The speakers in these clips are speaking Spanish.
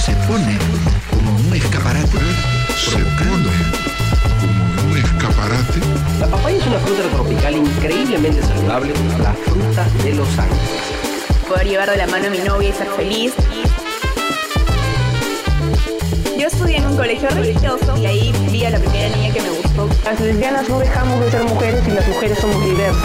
se pone como un escaparate. Se pone como un escaparate. La papaya es una fruta tropical increíblemente saludable, la fruta de los ángeles. Poder llevar de la mano a mi novia y ser feliz. Yo estudié en un colegio religioso y ahí vi a la primera niña que me gustó. Las lesbianas no dejamos de ser mujeres y las mujeres somos diversas.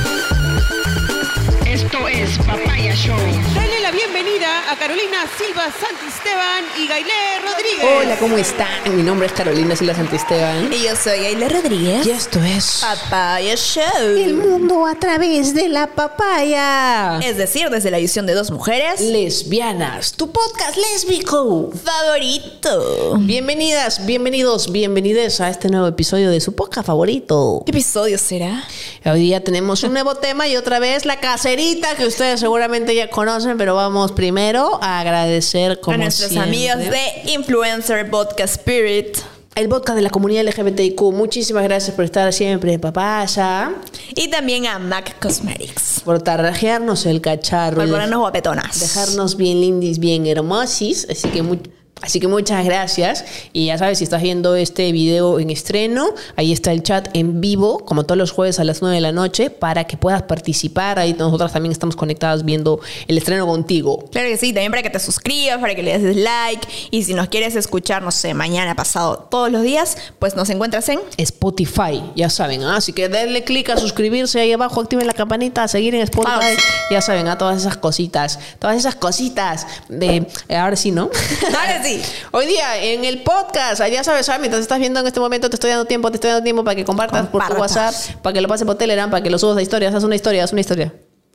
Esto es Papaya Show. Dale la bienvenida a Carolina Silva Santisteban y Gailé Rodríguez. Hola, ¿cómo están? Mi nombre es Carolina Silva Santisteban. Y yo soy Gailé Rodríguez. Y esto es Papaya Show. El mundo a través de la papaya. Es decir, desde la visión de dos mujeres Lesbianas, tu podcast lésbico favorito. Bienvenidas, bienvenidos, bienvenides a este nuevo episodio de su podcast favorito. ¿Qué episodio será? Hoy día tenemos un nuevo tema y otra vez la cacerita que ustedes seguramente ya conocen, pero vamos primero a agradecer como a nuestros siempre, amigos de Influencer Podcast Spirit, el podcast de la comunidad LGBTIQ. Muchísimas gracias por estar siempre en Papaya. y también a MAC Cosmetics Por tarrajearnos el cacharro. por ponernos guapetonas. Dejarnos bien lindis, bien hermosis. Así que muchas gracias. Y ya sabes, si estás viendo este video en estreno, ahí está el chat en vivo, como todos los jueves a las 9 de la noche, para que puedas participar. Ahí nosotras también estamos conectadas viendo el estreno contigo. Claro que sí, también para que te suscribas, para que le des like. Y si nos quieres escuchar, no sé, mañana, pasado, todos los días, pues nos encuentras en Spotify, ya saben. Así que denle clic a suscribirse ahí abajo, activen la campanita, a seguir en Spotify. Ya saben, a todas esas cositas de... ahora sí, ¿no? Ahora sí. Hoy día en el podcast, ya sabes, mientras estás viendo en este momento, te estoy dando tiempo para que compartas por tu WhatsApp, para que lo pases por Telegram, para que lo subas a historias. Haz una historia. ¿Una historia?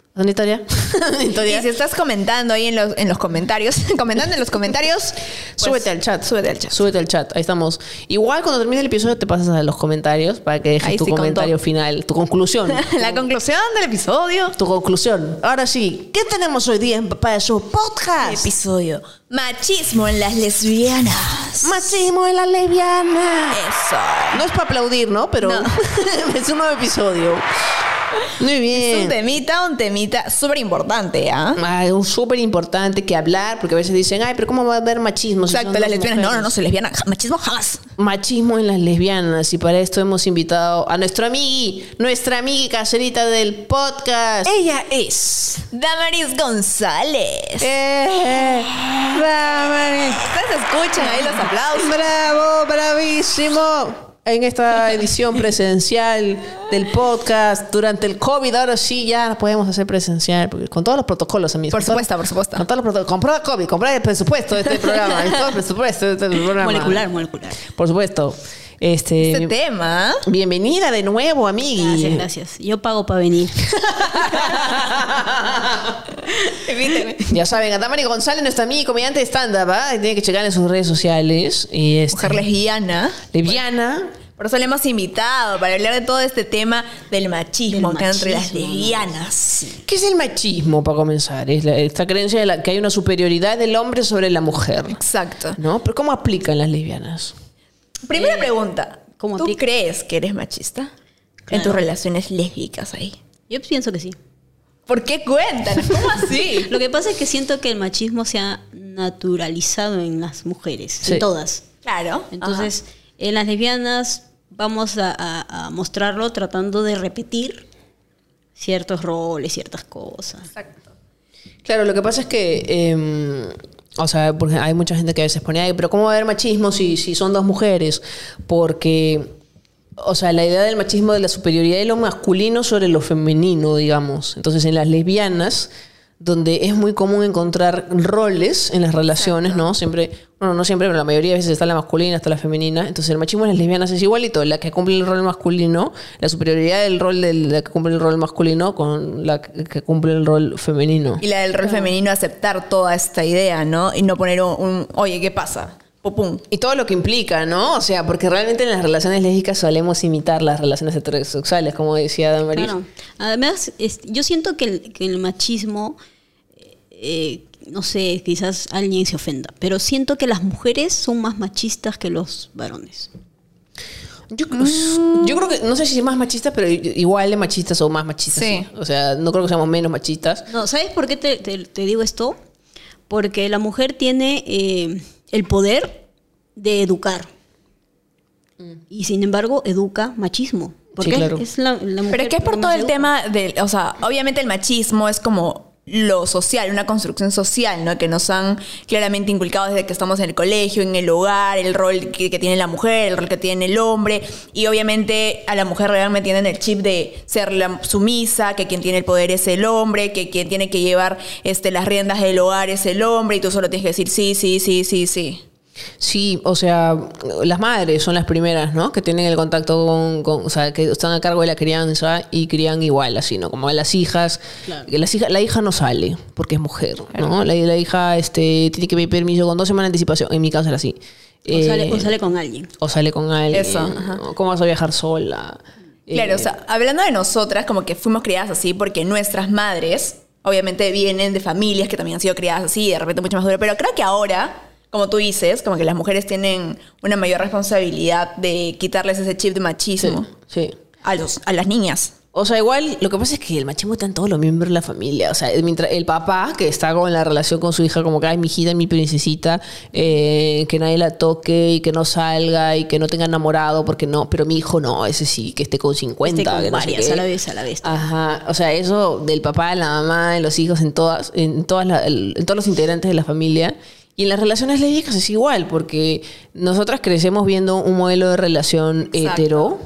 Y si estás comentando ahí en los comentarios, pues, súbete al chat. Súbete al chat. Ahí estamos. Igual cuando termine el episodio te pasas a los comentarios para que dejes Ahí tu sí, comentario final, tu conclusión. La conclusión del episodio. Tu conclusión. Ahora sí, ¿qué tenemos hoy día en Papaya Show Podcast? Episodio. Machismo en las lesbianas. Machismo en las lesbianas. Eso. No es para aplaudir, ¿no? Pero No. es un nuevo episodio. Muy bien. Es un temita súper importante, ¿ah? Es un súper importante que hablar, porque a veces dicen, ay, pero ¿cómo va a haber machismo? Si Exacto, son las dos lesbianas. mujeres? No, soy lesbiana. Machismo jamás. Machismo en las lesbianas. Y para esto hemos invitado a nuestra amiga caserita del podcast. Ella es Damaris González. Damaris. Ustedes escuchan ahí los aplausos. ¡Bravo! ¡Bravísimo! En esta edición presencial del podcast durante el COVID, ahora sí ya nos podemos hacer presencial, porque con todos los protocolos, amigos. Por supuesto. Con todos los protocolos. Comprar COVID, comprar el presupuesto de este programa. Todo el presupuesto de este programa. Molecular. Por supuesto. Este tema. Bienvenida de nuevo, amigui. Gracias. Yo pago para venir. Evíteme. Ya saben, a Damaris González, nuestra amiga comediante de stand-up, tiene que checar en sus redes sociales. Y Mujer lesbiana. lesbiana. Por eso le hemos invitado para hablar de todo este tema del machismo Del que hay entre las machismo. lesbianas. ¿Qué es el machismo, para comenzar? Es esta creencia de que hay una superioridad del hombre sobre la mujer, Exacto. ¿no? Pero ¿cómo aplican las lesbianas? Primera pregunta. ¿cómo ¿Tú aplica? crees que eres machista en Claro. tus relaciones lésbicas ahí? Yo pienso que sí. ¿Por qué cuentan? ¿Cómo así? Lo que pasa es que siento que el machismo se ha naturalizado en las mujeres, Sí. en todas. Claro. Entonces, en las lesbianas vamos a mostrarlo tratando de repetir ciertos roles, ciertas cosas. Exacto. Claro, lo que pasa es que... o sea, porque hay mucha gente que a veces pone, ay, pero ¿cómo va a haber machismo si son dos mujeres? Porque, o sea, la idea del machismo de la superioridad de lo masculino sobre lo femenino, digamos. Entonces, en las lesbianas, donde es muy común encontrar roles en las relaciones, ¿no? Siempre, bueno, no siempre, pero la mayoría de veces está la masculina, está la femenina. Entonces, el machismo en las lesbianas es igualito. La que cumple el rol masculino, la superioridad del rol de la que cumple el rol masculino con la que cumple el rol femenino. Y la del rol femenino, aceptar toda esta idea, ¿no? Y no poner oye, ¿qué pasa? Pum. Y todo lo que implica, ¿no? O sea, porque realmente en las relaciones lésbicas solemos imitar las relaciones heterosexuales, como decía Damaris. Claro. Además, yo siento que el machismo, no sé, quizás alguien se ofenda, pero siento que las mujeres son más machistas que los varones. Yo creo que, no sé si más machistas, pero igual de machistas o más machistas. Sí. O sea, no creo que seamos menos machistas. No, ¿sabes por qué te digo esto? Porque la mujer tiene el poder de educar. Y sin embargo, educa machismo. Porque Sí, claro. es la mujer Pero es que es por que todo más el educa. tema del, o sea, obviamente el machismo es como lo social, una construcción social, ¿no? Que nos han claramente inculcado desde que estamos en el colegio, en el hogar, el rol que tiene la mujer, el rol que tiene el hombre, y obviamente a la mujer realmente tienen el chip de ser la sumisa, que quien tiene el poder es el hombre, que quien tiene que llevar las riendas del hogar es el hombre, y tú solo tienes que decir sí, sí, sí, sí, sí. Sí, o sea, las madres son las primeras, ¿no? Que tienen el contacto o sea, que están a cargo de la crianza y crían igual, así, ¿no? Como las hijas, Claro. que la hija no sale porque es mujer, ¿no? La hija tiene que pedir permiso con 2 semanas de anticipación. En mi caso era así. O sale con alguien. O sale con alguien. Eso, ajá. ¿no? ¿Cómo vas a viajar sola? Claro, o sea, hablando de nosotras, como que fuimos criadas así porque nuestras madres, obviamente, vienen de familias que también han sido criadas así, de repente mucho más duro. Pero creo que ahora, como tú dices, como que las mujeres tienen una mayor responsabilidad de quitarles ese chip de machismo Sí. a las niñas. O sea, igual, lo que pasa es que el machismo está en todos los miembros de la familia. O sea, mientras el papá, que está con la relación con su hija, como que, ay, mi hijita, mi princesita, que nadie la toque y que no salga y que no tenga enamorado, porque no, pero mi hijo no, ese sí, que esté con 50. Con que no sé varias, qué. a la vez. Ajá, o sea, eso del papá, de la mamá, de los hijos, en todos los integrantes de la familia. Y en las relaciones lésbicas es igual, porque nosotras crecemos viendo un modelo de relación Exacto.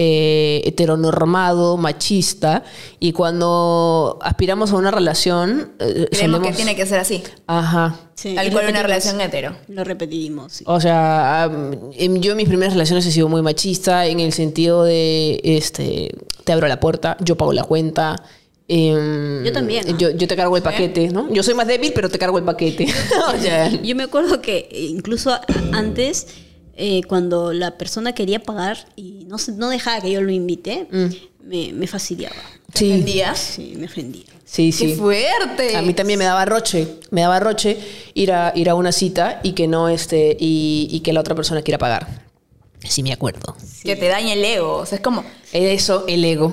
heteronormado, machista, y cuando aspiramos a una relación Creemos que tiene que ser así, Ajá. Sí, tal y cual una repetimos. relación hetero. Lo repetimos. Sí. O sea, yo en mis primeras relaciones he sido muy machista en el sentido de, te abro la puerta, yo pago la cuenta. Yo también, ¿no? Yo te cargo el paquete, ¿no? Yo soy más débil, pero te cargo el paquete. O sea, Yo me acuerdo que incluso antes, cuando la persona quería pagar y no dejaba que yo lo invite, me fastidiaba. sí, ¿Entendías? Sí, me ofendía. sí, ¡Qué sí. fuerte! A mí también me daba roche ir a una cita y que no y que la otra persona quiera pagar. Sí, me acuerdo. Que te daña el ego. O sea, es como... Eso, el ego,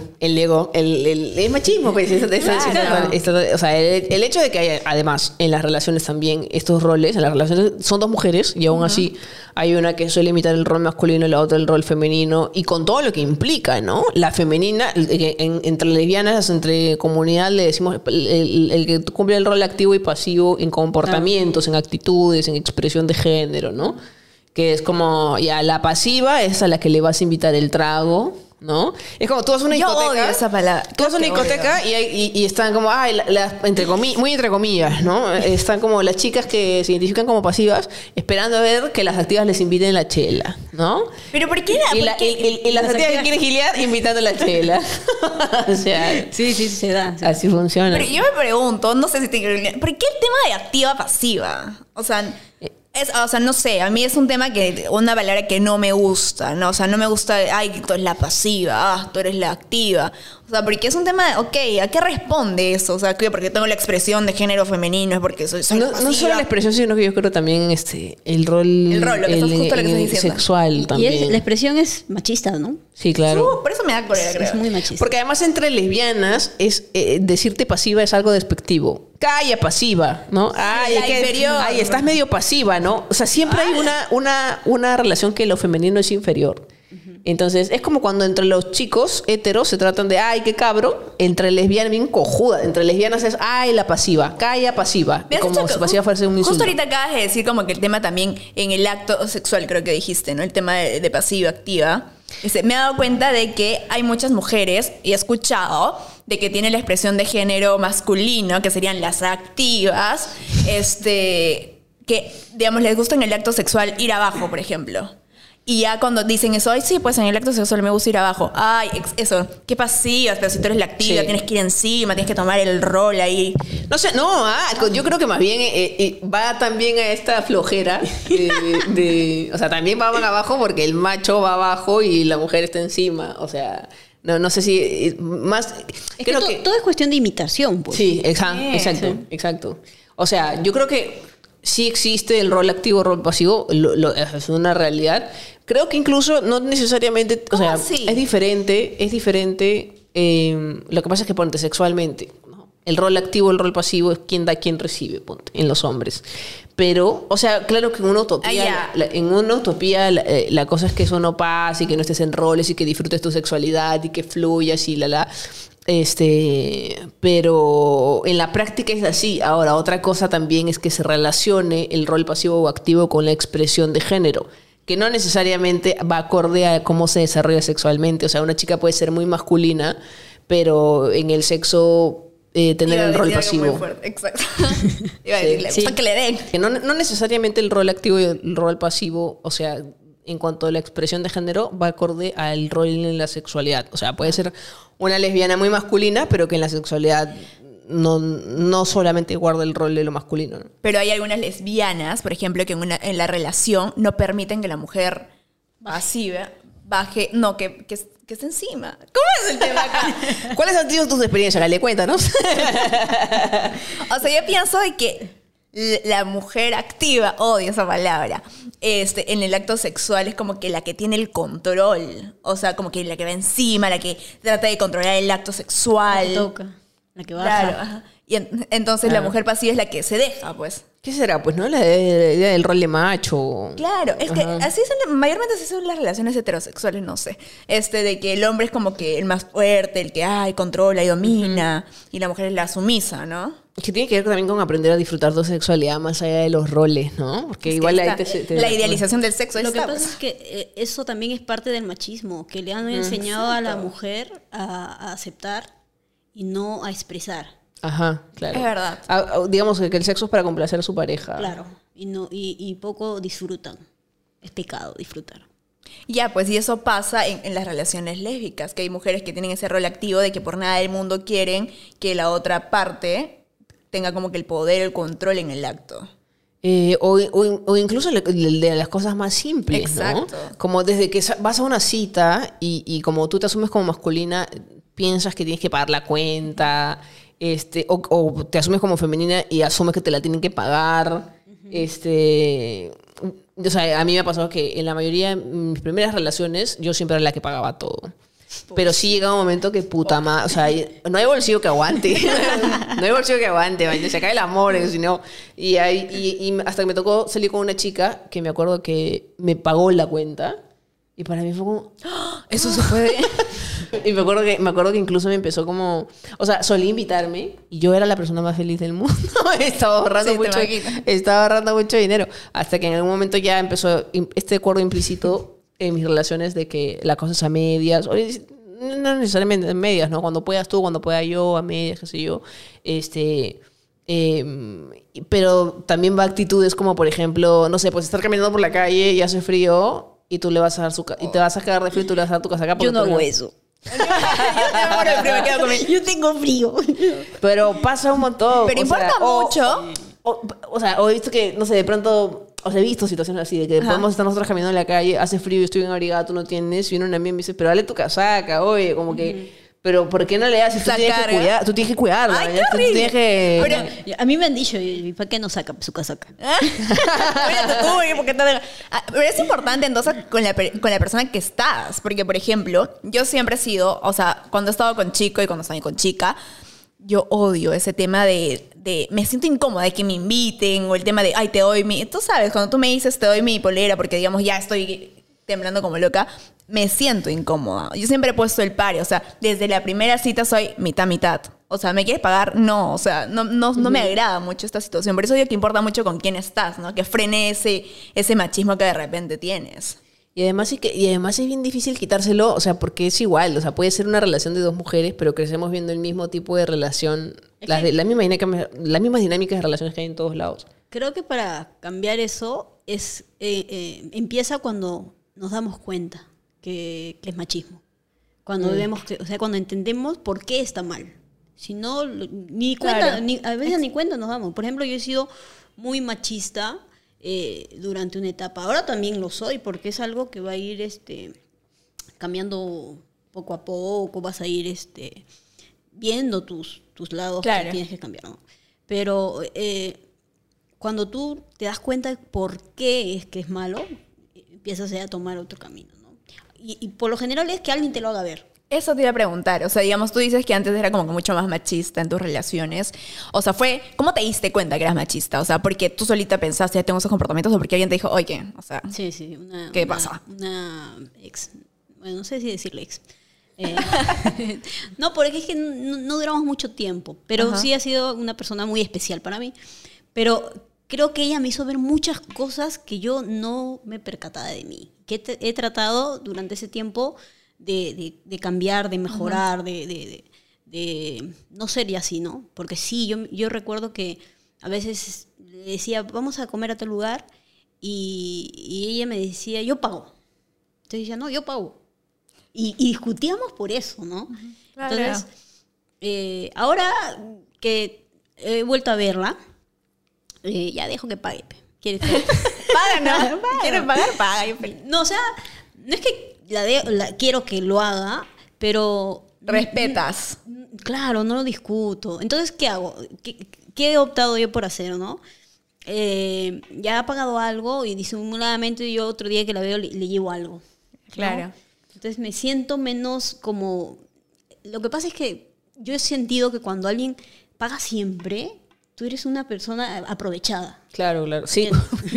el machismo, pues. Claro. O sea, el hecho de que haya, además, en las relaciones también, estos roles, en las relaciones son 2 mujeres y aún así hay una que suele imitar el rol masculino y la otra el rol femenino, y con todo lo que implica, ¿no? La femenina, entre lesbianas, entre comunidad, le decimos el que cumple el rol activo y pasivo en comportamientos, en actitudes, en expresión de género, ¿no? Que es como, ya, la pasiva es a la que le vas a invitar el trago, ¿no? Es como tú vas a una Yo discoteca. odio esa palabra. Tú vas a una Creo que discoteca y están como, ay, muy entre comillas, ¿no? Están como las chicas que se identifican como pasivas, esperando a ver que las activas les inviten la chela, ¿no? Pero ¿por qué? Y las activas que quieren gilear invitando la chela. O sea, Sí, se da. así funciona. Pero yo me pregunto, no sé si ¿por qué el tema de activa-pasiva? O sea, no sé, a mí es un tema una palabra que no me gusta, ¿no? O sea, no me gusta, ay, tú eres la pasiva, tú eres la activa. O sea, porque es un tema de, ok, ¿a qué responde eso? O sea, que porque tengo la expresión de género femenino, es porque soy No pasiva. solo la expresión, sino que yo creo también el rol, Lo que estás- justo lo que estás diciendo. sexual Y también. la expresión es machista, ¿no? Sí, claro. Por eso me da cólera, creo. Es muy machista. Porque además entre lesbianas decirte pasiva es algo despectivo. Calla, pasiva, ¿no? Ay, la inferior. Ay, estás medio pasiva, ¿no? O sea, siempre hay una relación que lo femenino es inferior. Entonces, es como cuando entre los chicos heteros se tratan de, ay, qué cabro. Entre lesbianas, bien cojuda. Entre lesbianas es, ay, la pasiva. Calla, pasiva. Me has Como dicho si que pasiva fuese un insulto. Justo ahorita acabas de decir como que el tema también en el acto sexual, creo que dijiste, ¿no? El tema de pasiva, activa. Me he dado cuenta de que hay muchas mujeres, y he escuchado, de que tienen la expresión de género masculino, que serían las activas, que, digamos, les gusta en el acto sexual ir abajo, por ejemplo. Y ya cuando dicen eso, ay, sí, pues en el acto sexual me gusta ir abajo. Ay, eso, qué pasivas, pero si tú eres la activa, Sí. tienes que ir encima, tienes que tomar el rol ahí. No sé, yo creo que más bien va también a esta flojera o sea, también van abajo porque el macho va abajo y la mujer está encima. O sea, no sé si más... Es que todo es cuestión de imitación, pues. Sí, exacto. O sea, yo creo que sí existe el rol activo, rol pasivo, es una realidad. Creo que incluso no necesariamente, o sea, así? es diferente. Lo que pasa es que ponte sexualmente, ¿no? el rol activo, el rol pasivo es quién da, quién recibe, ponte, en los hombres. Pero, o sea, claro que en una utopía, la cosa es que eso no pase y que no estés en roles y que disfrutes tu sexualidad y que fluyas y pero en la práctica es así. Ahora, otra cosa también es que se relacione el rol pasivo o activo con la expresión de género, que no necesariamente va acorde a cómo se desarrolla sexualmente. O sea, una chica puede ser muy masculina, pero en el sexo tener el rol pasivo. Exacto. Iba a decirle, Sí. que le den. Que no necesariamente el rol activo y el rol pasivo, o sea, en cuanto a la expresión de género, va acorde al rol en la sexualidad. O sea, puede ser una lesbiana muy masculina, pero que en la sexualidad no solamente guarda el rol de lo masculino, ¿no? Pero hay algunas lesbianas, por ejemplo, que en la relación no permiten que la mujer pasiva baje, no, que esté encima. ¿Cómo es el tema acá? ¿Cuáles han sido tus experiencias, Gale? Cuéntanos. O sea, yo pienso de que la mujer activa, odio esa palabra, en el acto sexual es como que la que tiene el control. O sea, como que la que va encima, la que trata de controlar el acto La sexual. que toca, la que baja. Claro, ajá. Y entonces la mujer pasiva es la que se deja, pues. ¿Qué será? Pues, ¿no? La idea del rol de macho. Claro, es que así son, mayormente así son las relaciones heterosexuales, no sé. De que el hombre es como que el más fuerte, el que controla y domina, y la mujer es la sumisa, ¿no? Que tiene que ver también con aprender a disfrutar tu sexualidad más allá de los roles, ¿no? Porque Es que igual ahí está la idealización del sexo. Lo que está, pasa pues. es que eso también es parte del machismo, que le han enseñado a la mujer a aceptar y no a expresar. Ajá, claro. Es verdad. Digamos que el sexo es para complacer a su pareja. Claro. Y poco disfrutan. Es pecado disfrutar. Ya, pues, y eso pasa en las relaciones lésbicas, que hay mujeres que tienen ese rol activo de que por nada del mundo quieren que la otra parte tenga como que el poder, el control en el acto. O incluso el de las cosas más simples, Exacto. ¿no? Como desde que vas a una cita y como tú te asumes como masculina, piensas que tienes que pagar la cuenta, o te asumes como femenina y asumes que te la tienen que pagar. O sea, a mí me ha pasado que en la mayoría de mis primeras relaciones yo siempre era la que pagaba todo. Pero sí llega un momento que puta madre, o sea, no hay bolsillo que aguante. No hay bolsillo que aguante, man, se acaba el amor, si no. Y hasta que me tocó salir con una chica que me acuerdo que me pagó la cuenta. Y para mí fue como, Eso se puede. y me acuerdo que incluso me empezó como, o sea, solía invitarme y yo era la persona más feliz del mundo. Estaba ahorrando Sí, estaba ahorrando mucho dinero. Hasta que en algún momento ya empezó este acuerdo implícito en mis relaciones de que la cosa es a medias, no necesariamente a medias, ¿no? Cuando puedas tú, cuando pueda yo, a medias, qué sé yo. Pero también va a actitudes como, por ejemplo, no sé, pues estar caminando por la calle y hace frío y tú le vas a dar y te vas a cagar de frío y tú le vas a dar tu casaca. Yo no hago eso. Yo tengo frío. Pero pasa un montón. Pero o importa sea, mucho. O sea, he visto que, no sé, de pronto, o sea, he visto situaciones así, de que podemos estar nosotros caminando en la calle, hace frío, yo estoy bien abrigada, tú no tienes, viene una amiga y me dice, pero dale tu casaca, oye, como que, pero ¿por qué no le haces? Tú tienes que cuidarla. Ay, qué ¿ya? Tú horrible. tienes que... Pero- A mí me han dicho, ¿y para qué no saca su casaca? Pero es importante entonces con la persona que estás. Porque, por ejemplo, yo siempre he sido, o sea, cuando he estado con chico y cuando estoy con chica, yo odio ese tema de me siento incómoda de que me inviten o el tema de, ay, te doy tú sabes, cuando tú me dices te doy mi polera porque, digamos, ya estoy temblando como loca, me siento incómoda. Yo siempre he puesto el pare, o sea, desde la primera cita soy mitad. O sea, ¿me quieres pagar? No, o sea, no me agrada mucho esta situación. Por eso digo que importa mucho con quién estás, ¿no? Que frene ese machismo que de repente tienes. Y además es bien difícil quitárselo, o sea, porque es igual, o sea, puede ser una relación de dos mujeres, pero crecemos viendo el mismo tipo de relación, las mismas dinámicas de relaciones que hay en todos lados. Creo que para cambiar eso empieza cuando nos damos cuenta que es machismo. Cuando vemos que, o sea, cuando entendemos por qué está mal. Si no, ni cuenta, Claro. a veces ni cuenta nos damos. Por ejemplo, yo he sido muy machista durante una etapa. Ahora también lo soy, porque es algo que va a ir cambiando poco a poco. Vas a ir viendo tus lados Claro. que tienes que cambiar, ¿no? Pero cuando tú te das cuenta de por qué es que es malo, empiezas a tomar otro camino, ¿no? Y por lo general es que alguien te lo haga ver. Eso te iba a preguntar. O sea, digamos, tú dices que antes era como que mucho más machista en tus relaciones. O sea, ¿cómo te diste cuenta que eras machista? O sea, porque tú solita pensaste, ya tengo esos comportamientos, o porque alguien te dijo, oye, o sea, Sí. ¿qué pasa? Una ex. Bueno, no sé si decirle ex. No, porque es que no duramos mucho tiempo. Pero Ajá. sí ha sido una persona muy especial para mí. Pero creo que ella me hizo ver muchas cosas que yo no me percataba de mí. Que he tratado durante ese tiempo de cambiar, de mejorar, de no ser ya así, ¿no? Porque sí, yo recuerdo que a veces le decía, vamos a comer a tal lugar, y ella me decía, yo pago. Entonces decía, no, yo pago. Y discutíamos por eso, ¿no? Claro. Entonces, ahora que he vuelto a verla, ya dejo que pague. ¿Quieres que Paga, ¿no? ¿Quieres pagar? Paga. Yo feliz. No, o sea, no es que quiero que lo haga, pero... Respetas. Claro, no lo discuto. Entonces, ¿qué hago? ¿Qué he optado yo por hacer, no? Ya ha pagado algo y disimuladamente yo otro día que la veo le llevo algo. ¿no? Claro. Entonces me siento menos como... Lo que pasa es que yo he sentido que cuando alguien paga siempre, tú eres una persona aprovechada. Claro. Sí.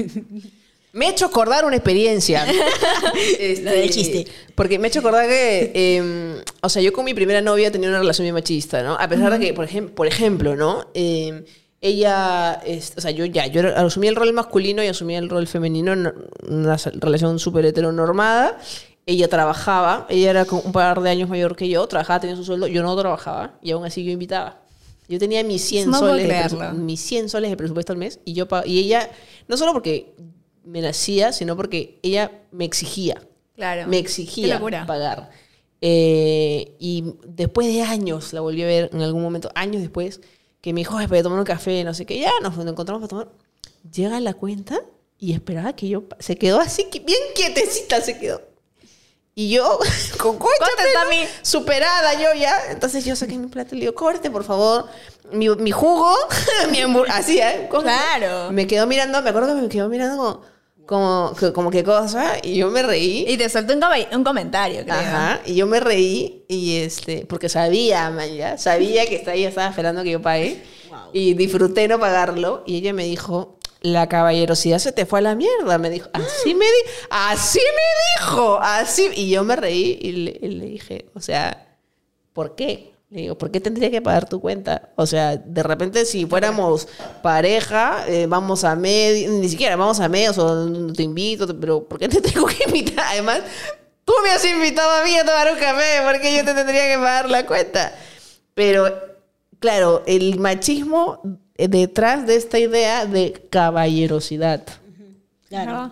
Me he hecho acordar una experiencia. Lo del chiste. Porque me he hecho acordar que, o sea, yo con mi primera novia tenía una relación bien machista, ¿no? A pesar de que, por ejemplo, ¿no? Ella, o sea, yo asumí el rol masculino y asumí el rol femenino en una relación súper heteronormada. Ella trabajaba, ella era un par de años mayor que yo, trabajaba, tenía su sueldo, yo no trabajaba y aún así yo invitaba. Yo tenía mis 100 No puedo soles, creerlo. mis 100 soles de presupuesto al mes y ella, no solo porque me nacía, sino porque ella me exigía. Claro. Me Qué exigía locura. pagar. Y después de años, la volví a ver en algún momento, años después, que me dijo, ay, voy a tomar un café, no sé qué, ya nos encontramos para tomar. Llega la cuenta y esperaba que yo... Se quedó así, bien quietecita se quedó. Y yo, con ¿Cuánto está mi? superada yo ya. Entonces yo saqué mi plata y le digo, cóbrate, por favor, mi jugo, mi hamburguesa. Así, cóbrate. Claro. Me quedó mirando, me acuerdo que me quedó mirando como qué cosa, y yo me reí. Y te soltó un comentario, creo. Ajá, y yo me reí, y porque sabía, man, ya, sabía que ella estaba esperando que yo pague, y disfruté no pagarlo, y ella me dijo, la caballerosidad se te fue a la mierda, me dijo, así me dijo, así, y yo me reí, y le dije, o sea, ¿por qué? Le digo, ¿por qué tendría que pagar tu cuenta? O sea, de repente si fuéramos pareja, vamos a medios, ni siquiera vamos a medios o te invito, pero ¿por qué te tengo que invitar? Además, tú me has invitado a mí a tomar un café, ¿por qué yo te tendría que pagar la cuenta? Pero, claro, el machismo detrás de esta idea de caballerosidad. Claro.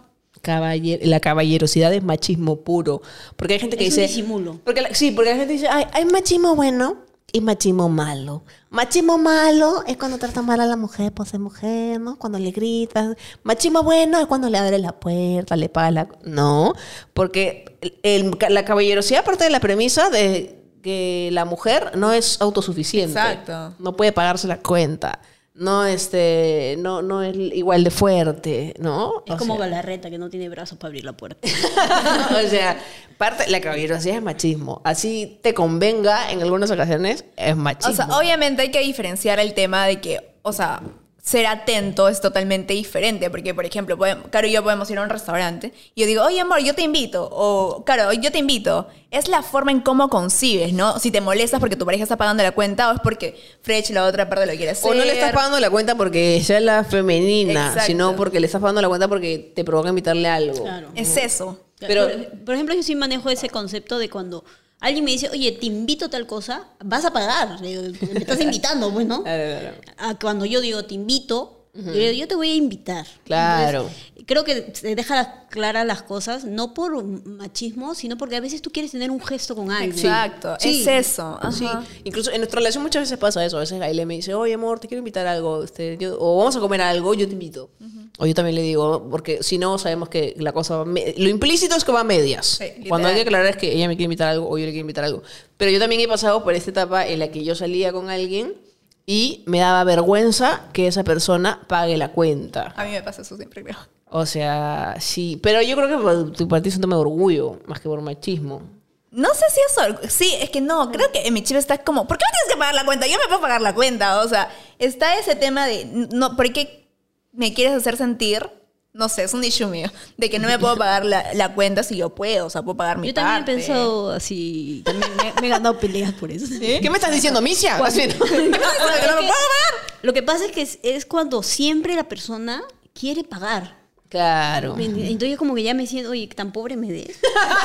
La caballerosidad es machismo puro. Porque hay gente que Es dice... un disimulo. Porque la gente dice, ay, hay machismo bueno y machismo malo. Machismo malo es cuando tratas mal a la mujer por ser mujer, ¿no? Cuando le gritas. Machismo bueno es cuando le abres la puerta, le pagas la... No, porque la caballerosidad parte de la premisa de que la mujer no es autosuficiente. Exacto. No puede pagarse la cuenta. No, no es igual de fuerte, ¿no? Es como Galarreta, que no tiene brazos para abrir la puerta. O sea, la caballerosidad es machismo. Así te convenga en algunas ocasiones, es machismo. O sea, obviamente hay que diferenciar el tema de que, o sea, ser atento es totalmente diferente. Porque, por ejemplo, Caro y yo podemos ir a un restaurante y yo digo, oye, amor, yo te invito. O, Caro, yo te invito. Es la forma en cómo concibes, ¿no? Si te molestas porque tu pareja está pagando la cuenta o es porque Fresh, la otra parte, lo quiere hacer. O no le estás pagando la cuenta porque ella es la femenina, Exacto. sino porque le estás pagando la cuenta porque te provoca invitarle algo. Claro. Es eso. Pero- por ejemplo, yo sí manejo ese concepto de cuando alguien me dice, oye, te invito a tal cosa, vas a pagar. Le digo, me estás invitando, pues, ¿no? Claro. Cuando yo digo, te invito, yo digo, yo te voy a invitar. Claro. Entonces, creo que se deja claras las cosas, no por machismo, sino porque a veces tú quieres tener un gesto con alguien. Exacto. Sí. Es eso. Ajá. Sí, incluso en nuestra relación muchas veces pasa eso. A veces Gaile me dice, oye, amor, te quiero invitar a algo. O vamos a comer algo, yo te invito. O yo también le digo, porque si no, sabemos que la cosa... Lo implícito es que va a medias. Sí, literal. Cuando hay que aclarar es que ella me quiere invitar a algo o yo le quiero invitar a algo. Pero yo también he pasado por esta etapa en la que yo salía con alguien y me daba vergüenza que esa persona pague la cuenta. A mí me pasa eso siempre, creo. O sea, sí. Pero yo creo que para ti es un tema de orgullo, más que por machismo. No sé si eso... Sí, es que no, creo que en mi chip está como... ¿Por qué me tienes que pagar la cuenta? Yo me puedo pagar la cuenta. O sea, está ese tema de... No, ¿por qué me quieres hacer sentir? No sé, es un issue mío. De que no me puedo pagar la cuenta si yo puedo. O sea, puedo pagar mi Yo también he parte. pensado así. También me he ganado peleas por eso. ¿Qué me estás diciendo, Misia? Así, ¿no? ¿Qué me estás diciendo, que no me puedo pagar? Lo que pasa es que es cuando siempre la persona quiere pagar. Claro. Entonces como que ya me siento, oye, tan pobre me des.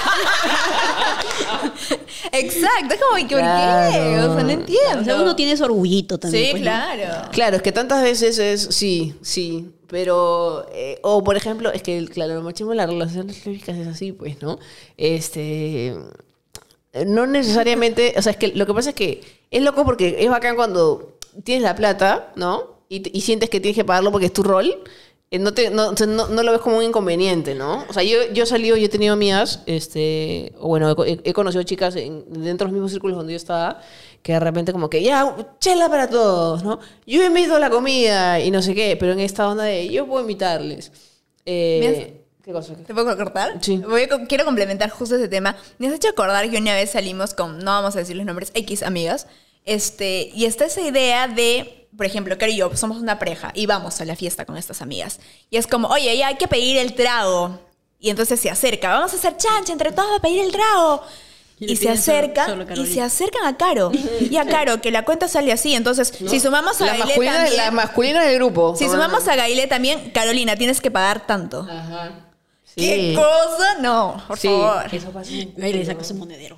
Exacto, es como que ¿por qué? Claro. O sea, no entiendo. O sea, uno tiene su orgullito también. Sí, pues, ¿no? claro. Claro, es que tantas veces es... Sí. Pero... o, por ejemplo, es que, claro, el machismo en las relaciones lésbicas es así, pues, ¿no? No necesariamente... O sea, es que lo que pasa es que es loco porque es bacán cuando tienes la plata, ¿no? Y sientes que tienes que pagarlo porque es tu rol. No lo ves como un inconveniente, ¿no? O sea, yo he tenido amigas, bueno, he conocido chicas dentro de los mismos círculos donde yo estaba, que de repente como que, ya, chela para todos, ¿no? Yo invito a la comida y no sé qué, pero en esta onda de, yo puedo invitarles. ¿Qué cosa? ¿Te puedo cortar? Sí. Quiero complementar justo ese tema. Me has hecho acordar que una vez salimos con, no vamos a decir los nombres, X amigas, y está esa idea de... Por ejemplo, Caro y yo somos una pareja y vamos a la fiesta con estas amigas. Y es como, oye, ya hay que pedir el trago. Y entonces se acerca, vamos a hacer chancha entre todos a pedir el trago. Y se acercan, a Caro. Y a Caro, que la cuenta sale así. Entonces, si sumamos a Gailé también... La masculina del grupo. Si sumamos a Gailé también, Carolina, tienes que pagar tanto. Ajá. Sí. ¿Qué cosa? No, por favor. Eso pasa. Ahí le sacó ese monedero.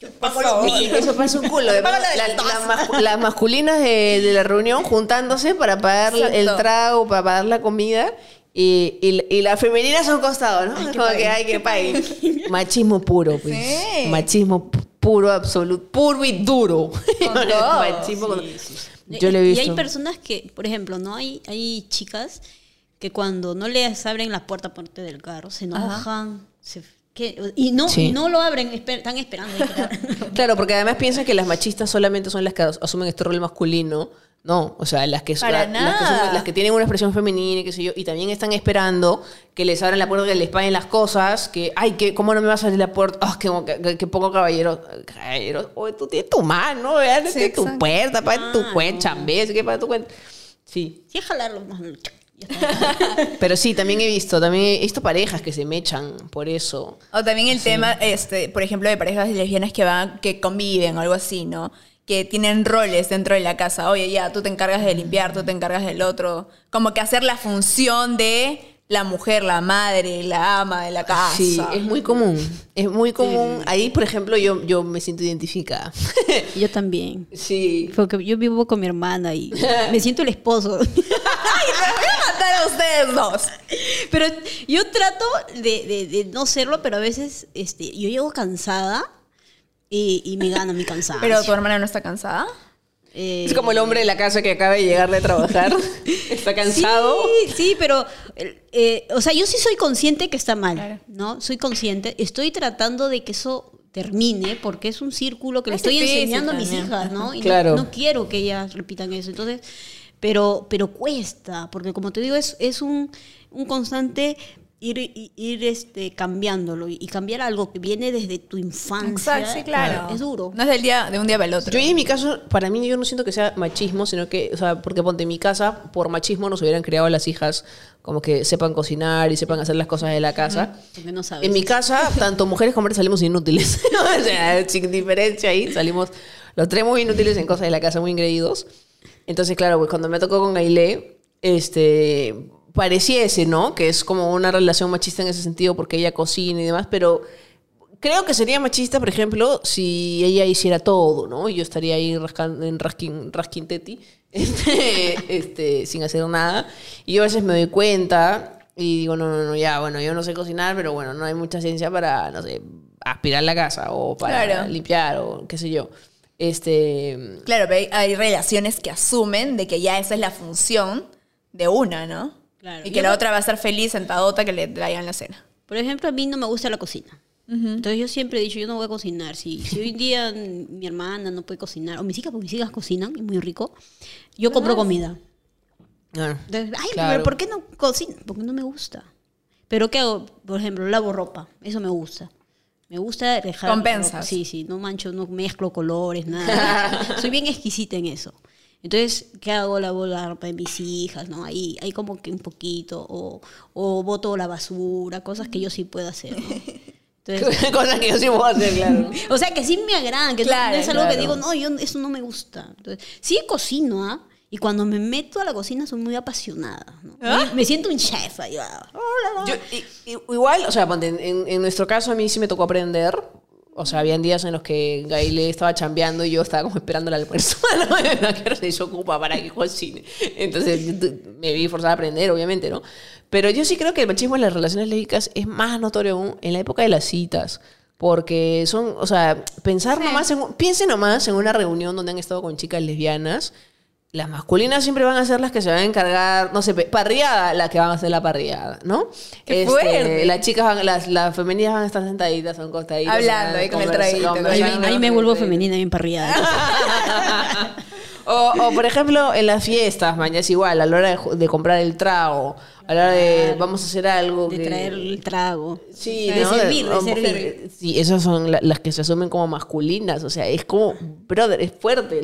Eso pasa un culo. Las masculinas de la reunión juntándose para pagar Exacto. el trago, para pagar la comida. Y las femeninas a un costado, ¿no? Es como que hay que pagar. Machismo puro, pues. Sí. Machismo puro, absoluto. Puro y duro. Con todo. Machismo con- Yo lo he visto. Y hay personas que, por ejemplo, ¿no? Hay chicas que cuando no les abren la puerta aparte del carro, se enojan. Y no lo abren, están esperando. Claro, porque además piensan que las machistas solamente son las que asumen este rol masculino. No, o sea, las que Nada. las que tienen una expresión femenina y qué sé yo, y también están esperando que les abran la puerta, que les paguen las cosas, que, ¿cómo no me vas a abrir la puerta? Que poco caballero. Caballero, oye, tú tienes tu mano, ábrete Sí, tu exacto. puerta, paga tu cuenta, chambés, que paga tu cuenta. Sí. Sí, es jalarlo más. Ya está. Pero sí, también he visto parejas que se mechan por eso. O también el tema, por ejemplo, de parejas lesbianas que conviven o algo así, ¿no? Que tienen roles dentro de la casa. Oye, ya, tú te encargas de limpiar, tú te encargas del otro. Como que hacer la función de la mujer, la madre, la ama de la casa. Sí, es muy común. Es muy común. Ahí, por ejemplo, yo me siento identificada. Yo también. Sí. Porque yo vivo con mi hermana y me siento el esposo. ¡Ay, me voy a matar a ustedes dos! Pero yo trato de no serlo, pero a veces yo llego cansada y me gana mi cansancio. ¿Pero tu hermana no está cansada? Es como el hombre de la casa que acaba de llegar de trabajar. Está cansado. Sí, pero, o sea, yo sí soy consciente que está mal, Claro. ¿no? Soy consciente. Estoy tratando de que eso termine porque es un círculo que le Es estoy difícil enseñando a mis también. hijas, ¿no? Y Claro. no quiero que ellas repitan eso. Entonces, pero cuesta, porque como te digo, es un constante ir cambiándolo y cambiar algo que viene desde tu infancia. Exacto, sí, claro. Es duro. No es de un día para el otro. Yo en mi caso, para mí yo no siento que sea machismo, sino que, o sea, porque ponte en mi casa, por machismo nos hubieran criado a las hijas como que sepan cocinar y sepan hacer las cosas de la casa. Porque no sabes. En mi casa, tanto mujeres como hombres salimos inútiles. O sea, sin diferencia ahí, salimos los tres muy inútiles en cosas de la casa, muy engreídos. Entonces, claro, pues cuando me tocó con Gailé, pareciese, ¿no? Que es como una relación machista en ese sentido porque ella cocina y demás, pero creo que sería machista, por ejemplo, si ella hiciera todo, ¿no? Y yo estaría ahí rasquin teti, sin hacer nada. Y yo a veces me doy cuenta y digo, no, ya, bueno, yo no sé cocinar, pero bueno, no hay mucha ciencia para, no sé, aspirar la casa o para Claro. limpiar o qué sé yo. Claro, pero hay relaciones que asumen de que ya esa es la función de una, ¿no? Claro. Y que la otra va a estar feliz sentadota que le traigan la cena. Por ejemplo, a mí no me gusta la cocina. Entonces yo siempre he dicho, yo no voy a cocinar. Si hoy en día mi hermana no puede cocinar, o mis hijas, porque mis hijas cocinan, y muy rico, yo compro comida. Ah, Entonces, ay, claro. pero ¿por qué no cocino? Porque no me gusta. Pero ¿qué hago? Por ejemplo, lavo ropa. Eso me gusta. Me gusta dejar... Compensas. Sí, no mancho, no mezclo colores, nada. Soy bien exquisita en eso. Entonces, ¿qué hago? Lavo la ropa de mis hijas, ¿no? Ahí como que un poquito, o boto la basura, cosas que yo sí puedo hacer, ¿no? Entonces, Cosas que yo sí puedo hacer, claro. o sea, que sí me agradan, que Claro, no es algo claro. que digo, no, yo eso no me gusta. Entonces, sí cocino, ¿ah? Y cuando me meto a la cocina soy muy apasionada, ¿no? Me siento un chef ahí. Hola. Igual, o sea, ponte, en nuestro caso a mí sí me tocó aprender. O sea, habían días en los que Gaile estaba chambeando y yo estaba como esperando el almuerzo. ¿No? Que se desocupa para que cocine. Entonces me vi forzada a aprender, obviamente, ¿no? Pero yo sí creo que el machismo en las relaciones lésbicas es más notorio aún en la época de las citas. Porque son, o sea, piensen nomás en una reunión donde han estado con chicas lesbianas. Las masculinas siempre van a ser las que se van a encargar, no sé, parrillada, la que van a hacer la parrillada, ¿no? ¡Qué fuerte! Las chicas, las femeninas van a estar sentaditas, son costaditas. Hablando ahí con el traguito. Ahí me vuelvo femenina, bien parrillada. O, por ejemplo, en las fiestas, mañana es igual, a la hora de comprar el trago, a la hora de vamos a hacer algo. De traer el trago. Sí, de ¿no? servir. Sí, esas son las que se asumen como masculinas. O sea, es como, brother, es fuerte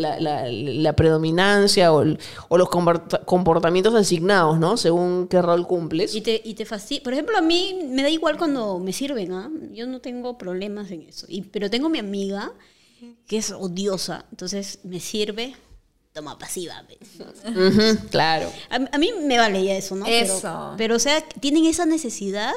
la predominancia o los comportamientos asignados, ¿no? Según qué rol cumples. Y te fastidia. Por ejemplo, a mí me da igual cuando me sirven, ¿ah? Yo no tengo problemas en eso. Pero tengo mi amiga que es odiosa, entonces me sirve. Toma pasiva. Ujú, claro. A mí me vale ya eso, ¿no? Eso. Pero, o sea, tienen esa necesidad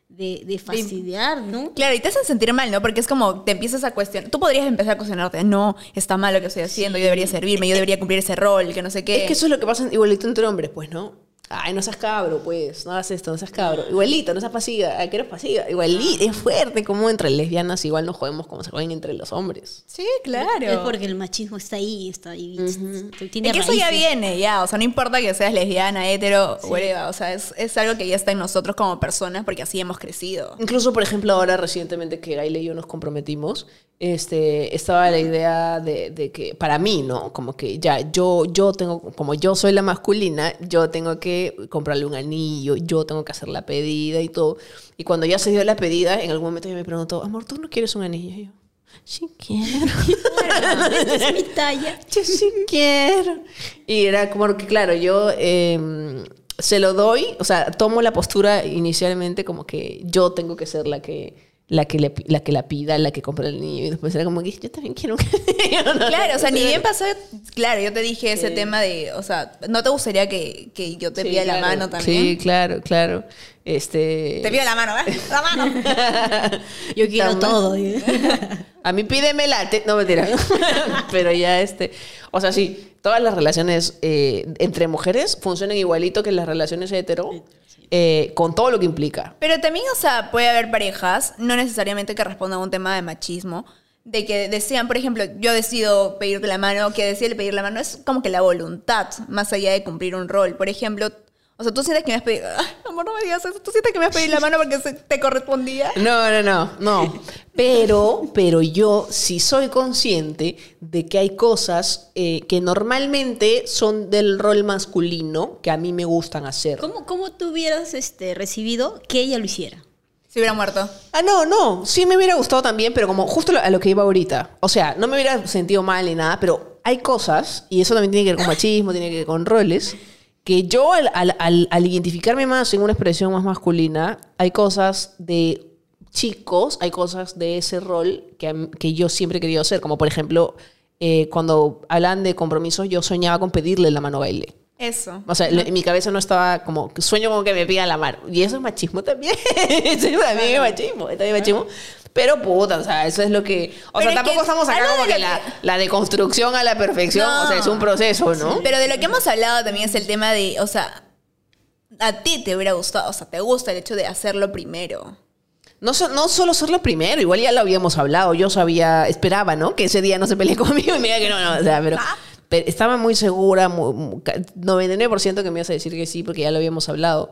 de fastidiar, ¿no? Claro, y te hacen sentir mal, ¿no? Porque es como te empiezas a cuestionar. Tú podrías empezar a cuestionarte, no, está mal lo que estoy haciendo, yo debería servirme, yo debería cumplir ese rol, que no sé qué. Es que eso es lo que pasa igualito entre hombres, pues, ¿no? Ay, no seas cabro, pues, no hagas esto, no seas cabro. Igualito, no seas pasiva, ay, que eres pasiva. Igualito, es fuerte como entre lesbianas igual nos jodemos como se joden entre los hombres. Sí, claro. Es porque el machismo está ahí. Tiene Es que eso ya raíces. viene, ya. O sea, no importa que seas lesbiana, hetero, whatever. O sea, es algo que ya está en nosotros como personas porque así hemos crecido. Incluso, por ejemplo, ahora recientemente que Gaile y yo nos comprometimos, estaba la idea de que, para mí, ¿no? Como que ya, yo tengo, como yo soy la masculina, yo tengo que comprarle un anillo, yo tengo que hacer la pedida y todo. Y cuando ya se dio la pedida, en algún momento ella me preguntó, amor, ¿tú no quieres un anillo? Y yo, sí quiero. Esta es mi talla. Yo sí quiero. Y era como que, claro, yo se lo doy, o sea, tomo la postura inicialmente como que yo tengo que ser la que la pida, la que compra el niño. Y después era como que yo también quiero un anillo. ¿No? Claro, o sea, ni bien pasó, claro, yo te dije ese tema de, o sea, ¿no te gustaría que yo te pida la mano también? Sí, claro. Te pido la mano, ¿eh? La mano. Yo quiero todo. A mí pídemela. No, mentira. Pero ya o sea, sí, todas las relaciones entre mujeres funcionan igualito que las relaciones hetero. Con todo lo que implica. Pero también, o sea, puede haber parejas, no necesariamente que respondan a un tema de machismo, de que desean, por ejemplo, yo decido pedirte la mano, que decide pedir la mano es como que la voluntad, más allá de cumplir un rol. Por ejemplo, o sea, tú sientes que me has pedido... Ay, amor, no me digas eso. ¿Tú sientes que me has pedido la mano porque te correspondía? No. Pero yo sí soy consciente de que hay cosas que normalmente son del rol masculino que a mí me gustan hacer. ¿Cómo tú hubieras recibido que ella lo hiciera? Si hubiera muerto. No. Sí me hubiera gustado también, pero como justo a lo que iba ahorita. O sea, no me hubiera sentido mal ni nada, pero hay cosas, y eso también tiene que ver con machismo, tiene que ver con roles, que yo al identificarme más en una expresión más masculina, hay cosas de chicos, hay cosas de ese rol que yo siempre he querido hacer. Como por ejemplo, cuando hablan de compromisos, yo soñaba con pedirle la mano a Gaile. Eso. O sea, en mi cabeza no estaba como, sueño como que me pidan la mano. Y eso es machismo también. Eso también es machismo. Pero puta, o sea, eso es lo que... O sea, tampoco estamos acá como que la deconstrucción a la perfección. No. O sea, es un proceso, ¿no? Pero de lo que hemos hablado también es el tema de, o sea, a ti te hubiera gustado, o sea, te gusta el hecho de hacerlo primero. No solo hacerlo primero, igual ya lo habíamos hablado. Yo esperaba, ¿no? Que ese día no se pelee conmigo y me diga que no, o sea, pero estaba muy segura, 99% que me ibas a decir que sí, porque ya lo habíamos hablado.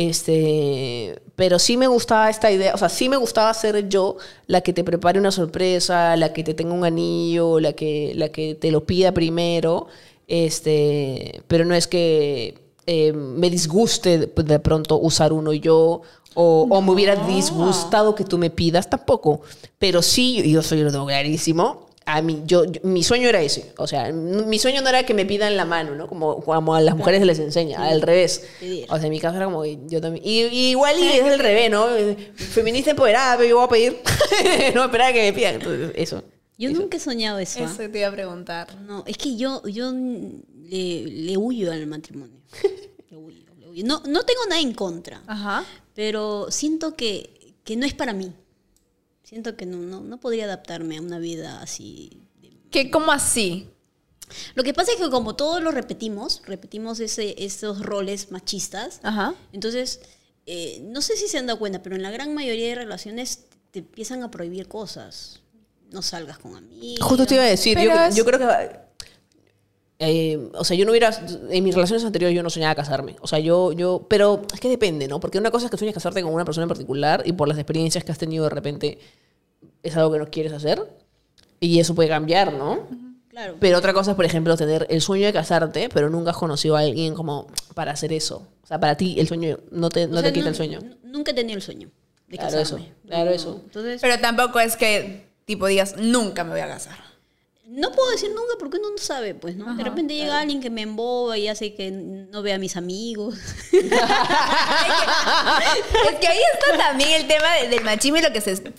Pero sí me gustaba esta idea, o sea, sí me gustaba ser yo la que te prepare una sorpresa, la que te tenga un anillo, la que te lo pida primero, pero no es que me disguste de pronto usar uno yo o me hubiera disgustado que tú me pidas, tampoco. Pero sí, yo soy lo tengo clarísimo. A mí, mi sueño era ese. O sea, mi sueño no era que me pidan la mano, ¿no? Como a las mujeres se les enseña, al revés. O sea, en mi caso era como que yo también. Y igual y es al revés, ¿no? Feminista empoderada, pero yo voy a pedir. No esperar a que me pidan. Entonces, eso. Yo nunca he soñado eso. Eso te iba a preguntar. No, es que yo le huyo al matrimonio. Le huyo. No tengo nada en contra. Ajá. Pero siento que no es para mí. Siento que no podría adaptarme a una vida así. ¿Cómo así? Lo que pasa es que como todos lo repetimos esos roles machistas. Ajá. Entonces, no sé si se han dado cuenta, pero en la gran mayoría de relaciones te empiezan a prohibir cosas. No salgas con amigos. Justo te iba a decir, Pero yo creo que... o sea, yo no hubiera... En mis relaciones anteriores yo no soñaba casarme. O sea, pero es que depende, ¿no? Porque una cosa es que sueñas casarte con una persona en particular y por las experiencias que has tenido de repente es algo que no quieres hacer. Y eso puede cambiar, ¿no? Claro. Pero otra cosa es, por ejemplo, tener el sueño de casarte, pero nunca has conocido a alguien como para hacer eso. O sea, para ti el sueño no te quita el sueño. Nunca he tenido el sueño de Claro, casarme. eso. Entonces, Pero tampoco es que, tipo, digas, nunca me voy a casar. no puedo decir nunca porque uno no sabe, pues, ¿no? De repente llega alguien que me emboba y hace que no vea a mis amigos. Es que ahí está también el tema del machismo y lo que se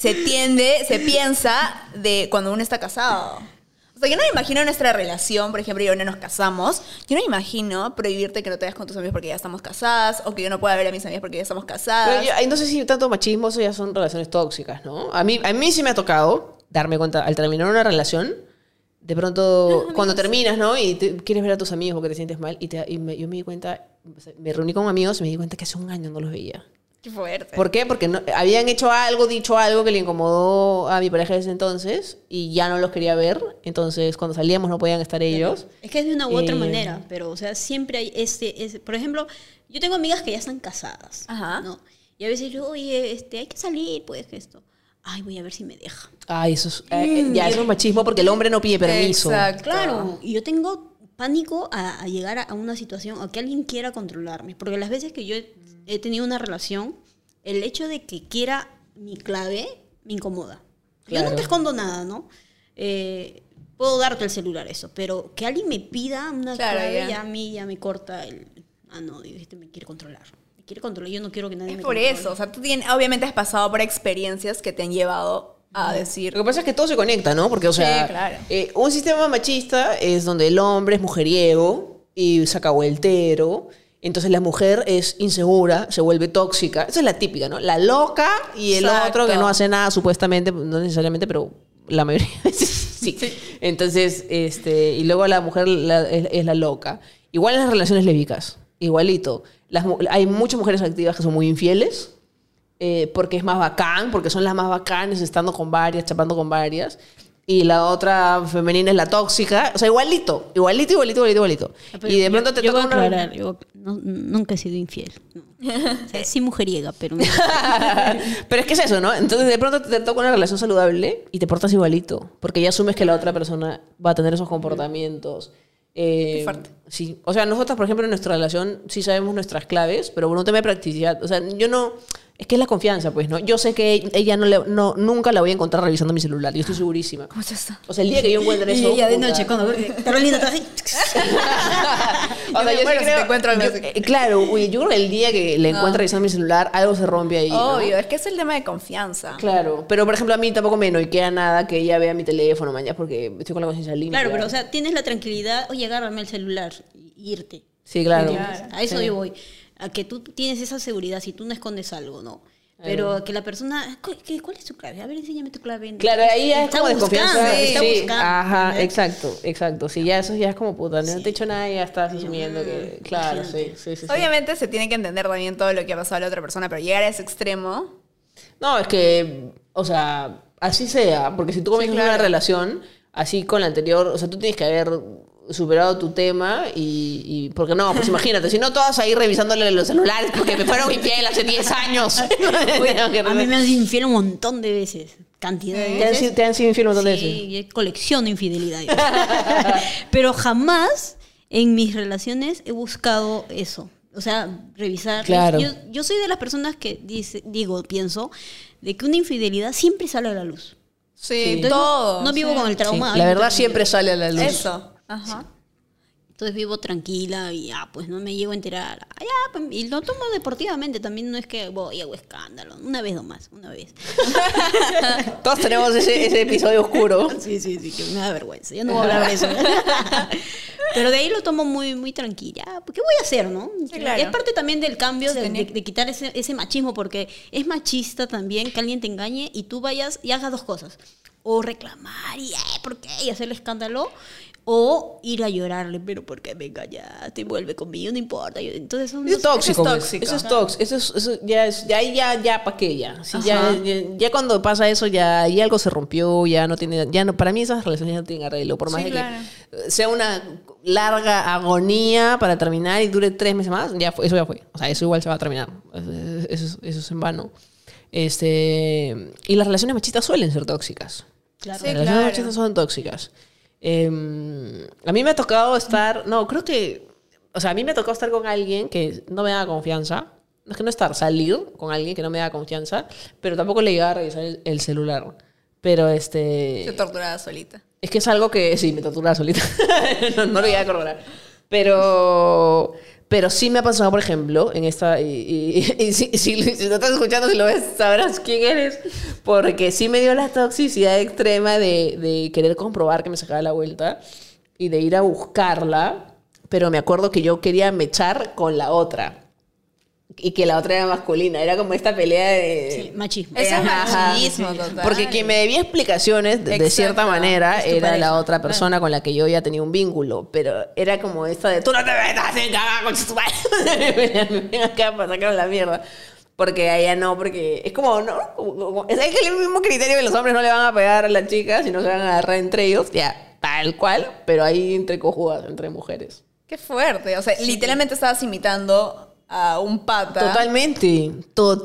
piensa de cuando uno está casado. O sea, yo no me imagino nuestra relación, por ejemplo, yo no nos casamos. Yo no me imagino prohibirte que no te vayas con tus amigos porque ya estamos casadas o que yo no pueda ver a mis amigas porque ya estamos casadas. Pero no sé si tanto machismo, eso ya son relaciones tóxicas, ¿no? A mí sí me ha tocado darme cuenta, al terminar una relación, de pronto, cuando terminas, ¿no? Y quieres ver a tus amigos porque te sientes mal, yo me di cuenta, me reuní con amigos y me di cuenta que hace un año no los veía. Qué fuerte. ¿Por qué? Porque habían dicho algo que le incomodó a mi pareja de ese entonces y ya no los quería ver. Entonces, cuando salíamos no podían estar ellos. Es que es de una u otra manera, pero, o sea, siempre hay por ejemplo, yo tengo amigas que ya están casadas, Ajá. ¿no? Y a veces yo, oye, hay que salir, pues, esto. Ay, voy a ver si me deja. Ay, eso es machismo porque el hombre no pide permiso. Exacto. Claro, y yo tengo pánico a llegar a una situación o que alguien quiera controlarme, porque las veces que yo he tenido una relación, el hecho de que quiera mi clave me incomoda. Claro. Yo no te escondo nada, ¿no? Puedo darte el celular, eso, pero que alguien me pida una clave, ya a mí ya me corta el... Ah, no, digo, me quiere controlar. Me quiere controlar, yo no quiero que nadie Es me por controle. eso, o sea, tú obviamente has pasado por experiencias que te han llevado a decir... Lo que pasa es que todo se conecta, ¿no? Porque, o sea, Sí, claro. Un sistema machista es donde el hombre es mujeriego y saca vueltero. Entonces la mujer es insegura, se vuelve tóxica. Esa es la típica, ¿no? La loca y el Exacto. otro que no hace nada supuestamente, no necesariamente, pero la mayoría de veces sí. Entonces, y luego la mujer es la loca. Igual en las relaciones lésbicas, igualito. Hay muchas mujeres activas que son muy infieles porque es más bacán, porque son las más bacanes estando con varias, chapando con varias. Y la otra femenina es la tóxica. O sea, igualito. Pero Y de pronto te yo toca voy a una... aclarar, yo nunca he sido infiel. No. O sea, sí mujeriega, pero no. Pero es que es eso, ¿no? Entonces de pronto te toca una relación saludable y te portas igualito. Porque ya asumes que la otra persona va a tener esos comportamientos. fuerte. Sí. O sea, nosotras, por ejemplo, en nuestra relación sí sabemos nuestras claves, pero por un tema de practicidad. O sea, yo no... Es que es la confianza, pues, ¿no? Yo sé que ella nunca la voy a encontrar revisando mi celular. Yo estoy segurísima. ¿Cómo es eso? O sea, el día que yo encuentre eso... Y ya de puta. noche, cuando Carolina está así. Yo me muero si te encuentro algo así. Claro, uy, yo creo que el día que le encuentre revisando mi celular, algo se rompe ahí, ¿no? Obvio, es que es el tema de confianza. Claro, pero por ejemplo a mí tampoco me noiquea nada que ella vea mi teléfono mañana porque estoy con la conciencia limpia. Claro, pero o sea, tienes la tranquilidad, oye, agárrame el celular y irte. Sí, claro. ¿Entiendes? A eso Sí. yo voy. A que tú tienes esa seguridad si tú no escondes algo, ¿no? Pero que la persona, ¿cuál es tu clave? A ver, enséñame tu clave. Claro, ahí ya es Está como desconfianza. buscando, está Sí, buscando, ajá, ¿entendés? exacto. Sí, ya eso ya es como puta, no te he hecho nada y ya estás asumiendo que... Claro, sí. Obviamente se tiene que entender también todo lo que ha pasado a la otra persona, pero llegar a ese extremo... No, es que, o sea, así sea, porque si tú comienzas una relación así con la anterior, o sea, tú tienes que haber superado tu tema y porque no, pues imagínate, si no todas ahí revisándole los celulares porque me fueron infiel hace 10 años. Oye, a mí me han sido infiel un montón de veces. Cantidad de veces. ¿Te han sido infiel un montón de veces? Sí, yo colecciono infidelidades. Pero jamás en mis relaciones he buscado eso. O sea, revisar. Claro. Yo soy de las personas que pienso, de que una infidelidad siempre sale a la luz. Sí, Entonces, todo. no vivo sí. con el Sí, trauma. la Ay, verdad no, siempre sale a la luz. Eso. Ajá. Entonces vivo tranquila y ya, pues no me llego a enterar. Ah, ya, pues, y lo tomo deportivamente, también no es que voy y hago escándalo. Una vez nomás, una vez. Todos tenemos ese episodio oscuro. Sí, que me da vergüenza. Yo no voy a hablar de eso. Pero de ahí lo tomo muy, muy tranquila. ¿Qué voy a hacer, no? Sí, claro. Es parte también del cambio de Tener- quitar ese machismo, porque es machista también que alguien te engañe y tú vayas y hagas dos cosas. O reclamar y, ¿por qué? Y hacerle escándalo. O ir a llorarle, pero ¿por qué me engañaste? Y vuelve conmigo, no importa. Entonces son Eso es dos- tóxico. eso es pues. tóxico. Eso es tóxico. Eso ya es, ya, ¿para qué ya? Sí, Ajá. ya cuando pasa eso, ya algo se rompió, ya no tiene, ya no, para mí esas relaciones ya no tienen arreglo. Por más Sí, de claro. que sea una larga agonía para terminar y dure 3 meses más, eso ya fue. O sea, eso igual se va a terminar. Eso es en vano. Y las relaciones machistas suelen ser tóxicas. Claro. Sí, Las relaciones claro. machistas son tóxicas. A mí me ha tocado estar, no, creo que, o sea, a mí me ha tocado estar con alguien que no me da confianza. No es que no estar, salir con alguien que no me da confianza, pero tampoco le llegaba a revisar el celular. Pero Se torturaba solita. es que es algo que sí, me torturaba solita. no lo llegué a corroborar. Pero sí me ha pasado, por ejemplo, en esta... Y si no estás escuchando, si lo ves, sabrás quién eres. Porque sí me dio la toxicidad extrema de querer comprobar que me sacaba la vuelta y de ir a buscarla. Pero me acuerdo que yo quería mechar con la otra. Y que la otra era masculina. Era como esta pelea de... Sí, machismo. Eso es Ajá, machismo, total. Porque quien me debía explicaciones, de Exacto. cierta manera, Es tu era pareja. la otra persona con la que yo ya tenía un vínculo. Pero era como esta de, tú no te metas en cagar con tu madre. Me ven acá para sacar la mierda. Porque a ella no, porque es como, ¿no? Es que el mismo criterio que los hombres no le van a pegar a la chica, sino se van a agarrar entre ellos, ya, tal cual, pero ahí entre cojudas, entre mujeres. Qué fuerte. O sea, literalmente estabas imitando a un pata. Totalmente. horror,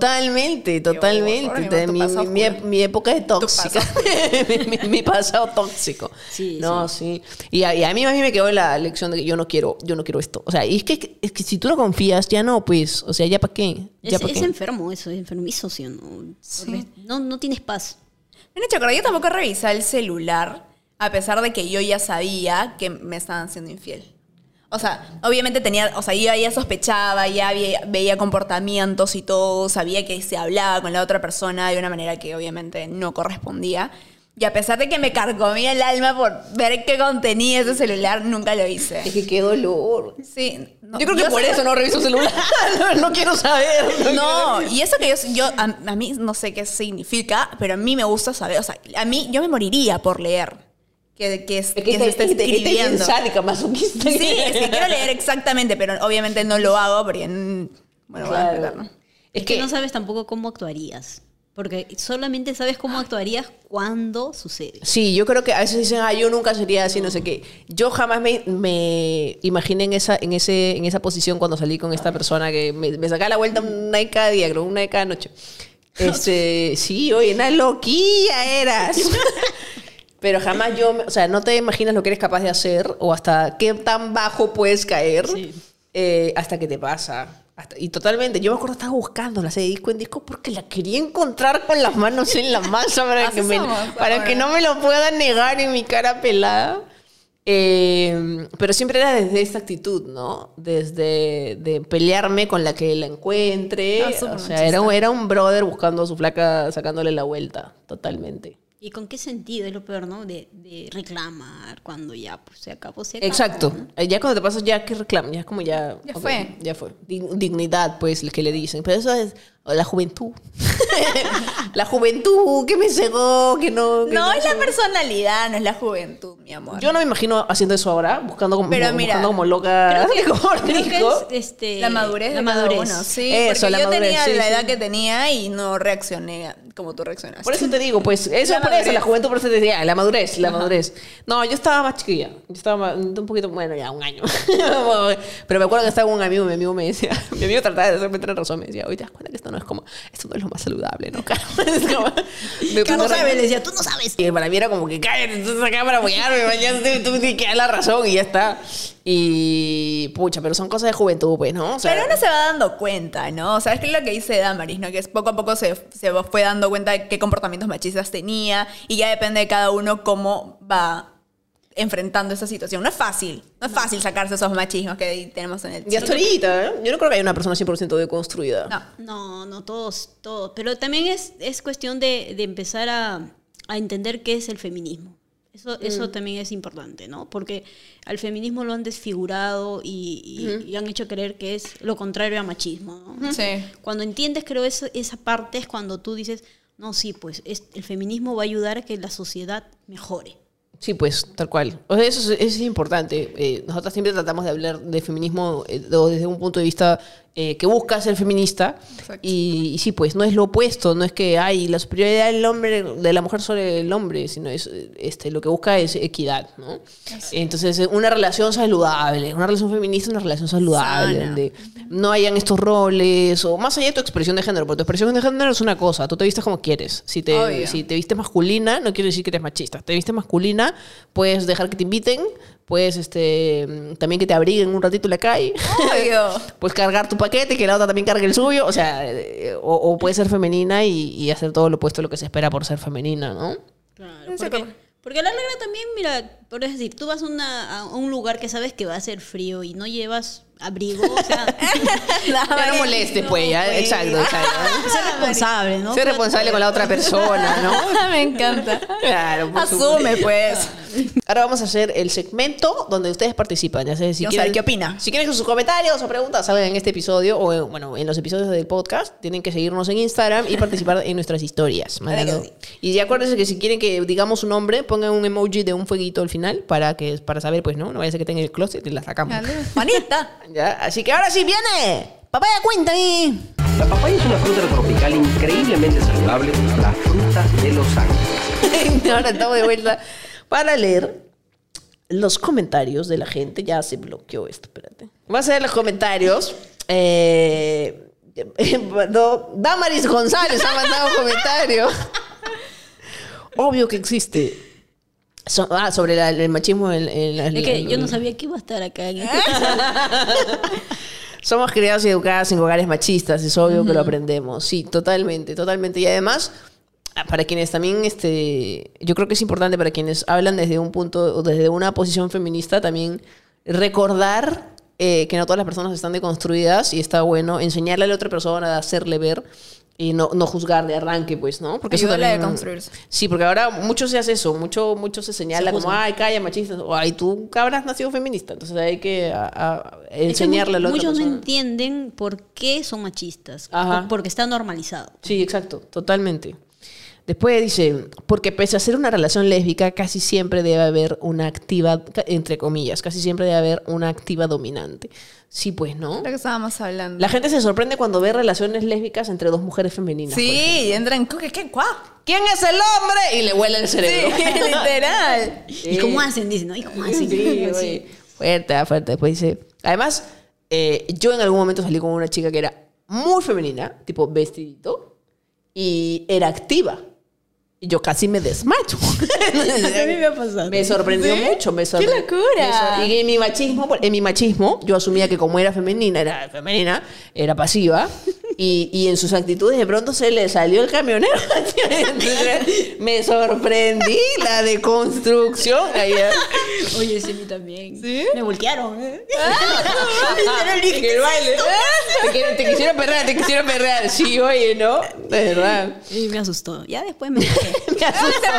mi pasado Mi época de tóxica. mi pasado tóxico. Sí, No, sí. Y a mí me quedó la lección de que yo no quiero esto. O sea, y es que si tú no confías, ya no, pues. O sea, ¿ya para qué? ¿Ya pa' Es qué? enfermo eso, es enfermizo, ¿sí o no? Sí. No tienes paz. Me han hecho acordar, yo tampoco revisé el celular, a pesar de que yo ya sabía que me estaban siendo infiel. O sea, obviamente yo ya sospechaba, ya veía comportamientos y todo, sabía que se hablaba con la otra persona de una manera que obviamente no correspondía. Y a pesar de que me carcomía el alma por ver qué contenía ese celular, nunca lo hice. Es que qué dolor. Sí. no, yo creo que por sé- eso no reviso celular. no quiero saber. No, y eso que a mí no sé qué significa, pero a mí me gusta saber. O sea, yo me moriría por leer que se está escribiendo. sádica, masoquista. Sí, es que quiero leer exactamente, pero obviamente no lo hago porque, bueno, voy a Claro. explicar, ¿no? Es que no sabes tampoco cómo actuarías. Porque solamente sabes cómo actuarías cuando sucede. Sí, yo creo que a veces dicen, yo nunca sería así, no sé qué. Yo jamás me imaginé en esa posición cuando salí con esta persona que me sacaba la vuelta una de cada día, creo, una de cada noche. Sí, oye, una loquilla eras. Pero jamás o sea, no te imaginas lo que eres capaz de hacer o hasta qué tan bajo puedes caer hasta que te pasa. Y totalmente, yo me acuerdo estaba buscando la de disco en disco porque la quería encontrar con las manos en la masa para, Así somos para que no me lo pueda negar en mi cara pelada. Pero siempre era desde esta actitud, ¿no? Desde de pelearme con la que la encuentre. súper O sea, era un brother buscando a su flaca, sacándole la vuelta, totalmente. ¿Y con qué sentido es lo peor, no? De reclamar cuando ya pues, se acabó, se acabó. Exacto. ¿no? Ya cuando te pasas, ya que reclamas, ya es como ya... Ya ok, fue. Ya fue. Dignidad, pues, el que le dicen. Pero eso es la juventud. La juventud que me cegó, que no... No, es la personalidad, no es la juventud, mi amor. Yo no me imagino haciendo eso ahora, buscando como, Pero mira, buscando como loca. Creo que es La madurez la de cada madurez. uno, sí. Eso, porque la yo madurez, tenía sí, la sí. edad que tenía y no reaccioné como tú reaccionaste. Por eso te digo, pues, eso La por eso, madurez. la juventud, por eso te decía, la madurez. No, yo estaba más chiquilla. Yo estaba un poquito, bueno, ya, un año. Pero me acuerdo que estaba con un amigo, mi amigo me decía, mi amigo trataba de hacerme tener razón, me decía, oye, ¿te das cuenta que esto no ¿no? Es como, esto no es lo más saludable, ¿no? Claro, es como, Tú no sabes, le decía, tú no sabes. y para mí era como que cállate, tú estás acá para apoyarme, mañana tú tienes que dar la razón y ya está. Y pucha, pero son cosas de juventud, pues, ¿no? O sea, Pero uno se va dando cuenta, ¿no? O sea, es que es lo que dice Damaris, ¿no? Que es poco a poco se fue dando cuenta de qué comportamientos machistas tenía y ya depende de cada uno cómo va enfrentando esa situación. No es fácil sacarse esos machismos que tenemos en el y hasta ahorita, ¿eh? Yo no creo que haya una persona 100% deconstruida. No. Todos. Pero también es cuestión de empezar a entender qué es el feminismo. Eso también es importante, ¿no? Porque al feminismo lo han desfigurado y han hecho creer que es lo contrario a machismo, ¿no? Sí. Cuando entiendes, creo, esa parte es cuando tú dices, no, sí, pues el feminismo va a ayudar a que la sociedad mejore. Sí, pues, tal cual. O sea, eso es importante. Nosotros siempre tratamos de hablar de feminismo desde un punto de vista que busca ser feminista. Exacto. Y sí, pues, no es lo opuesto. No es que hay la superioridad del hombre, de la mujer sobre el hombre, sino es lo que busca es equidad, ¿no? Entonces, una relación saludable, una relación feminista, una relación saludable, Sana. donde no hayan estos roles, o más allá de tu expresión de género, porque tu expresión de género es una cosa, tú te vistes como quieres. Si Obvio. te vistes masculina, no quiere decir que eres machista. Te vistes masculina, puedes dejar que te inviten, puedes también que te abriguen un ratito en la calle. Obvio. Puedes cargar tu paquete, que la otra también cargue el suyo. O sea, o puedes ser femenina y hacer todo lo opuesto a lo que se espera por ser femenina, ¿no? Claro, Eso porque a la larga también, mira, por decir, tú vas a un lugar que sabes que va a ser frío y no llevas abrigo, o sea, Ya no molestes, pues, ya. pues. Exacto. ser responsable, ¿no? Ser responsable con la otra persona, ¿no? Me encanta. Claro, por Asume, pues. Ahora vamos a hacer el segmento donde ustedes participan. Ya sé, si Quiero quieren, saber qué opina. Si quieren que sus comentarios o preguntas salgan en este episodio o en los episodios del podcast, tienen que seguirnos en Instagram y participar en nuestras historias. mandando- que sí. Y ya acuérdense que si quieren que digamos su nombre, pongan un emoji de un fueguito al final para saber, pues, ¿no? No vaya a ser que tenga el closet y la sacamos. Manita. ¿Ya? Así que ahora sí viene. Papaya, cuéntame. La papaya es una fruta tropical increíblemente saludable, la fruta de los ángeles. Ahora estamos de vuelta para leer los comentarios de la gente. Ya se bloqueó esto, espérate. Vamos a leer los comentarios. Damaris González ha mandado un comentario. Obvio que existe. Sobre el machismo en las Es que yo no sabía que iba a estar acá en este Somos criados y educadas en hogares machistas, es obvio que lo aprendemos. Sí, totalmente. Y además, para quienes también, yo creo que es importante para quienes hablan desde un punto, o desde una posición feminista, también recordar que no todas las personas están deconstruidas y está bueno enseñarle a la otra persona, hacerle ver y no juzgar de arranque, pues, ¿no? Porque Ayúdale a también, deconstruirse. Sí, porque ahora mucho se hace eso, mucho se señala Se como, juzga. ay, calla, machista, o ay, tú habrás nacido feminista. Entonces hay que enseñarle a la otra Muchos no persona. entienden por qué son machistas, Ajá. porque está normalizado. Sí, exacto, totalmente. Después dice, porque pese a ser una relación lésbica, casi siempre debe haber una activa, entre comillas, casi siempre debe haber una activa dominante. Sí, pues, ¿no? Lo que estábamos hablando. La gente se sorprende cuando ve relaciones lésbicas entre dos mujeres femeninas. por ejemplo. Sí, entran. ¿Qué? ¿Cuá? ¿Quién es el hombre? Y le vuela el Sí, cerebro. literal. ¿Y cómo hacen? Dicen, ¿no? ¿Y cómo hacen? Sí, güey. Fuerte. Después dice, además, yo en algún momento salí con una chica que era muy femenina, tipo vestidito, y era activa. Y yo casi me desmayo. A mí me ha pasado. Me sorprendió mucho. ¡Qué locura! Y en mi machismo, yo asumía que como era femenina, era pasiva. Y en sus actitudes de pronto se le salió el camionero. Entonces, me sorprendí la deconstrucción. Oye, sí, a mí también. ¿Sí? Me voltearon. En el baile. Te quisieron perrear. Sí, oye, ¿no? De verdad. Y me asustó. Ya después me dejé. Me asustó.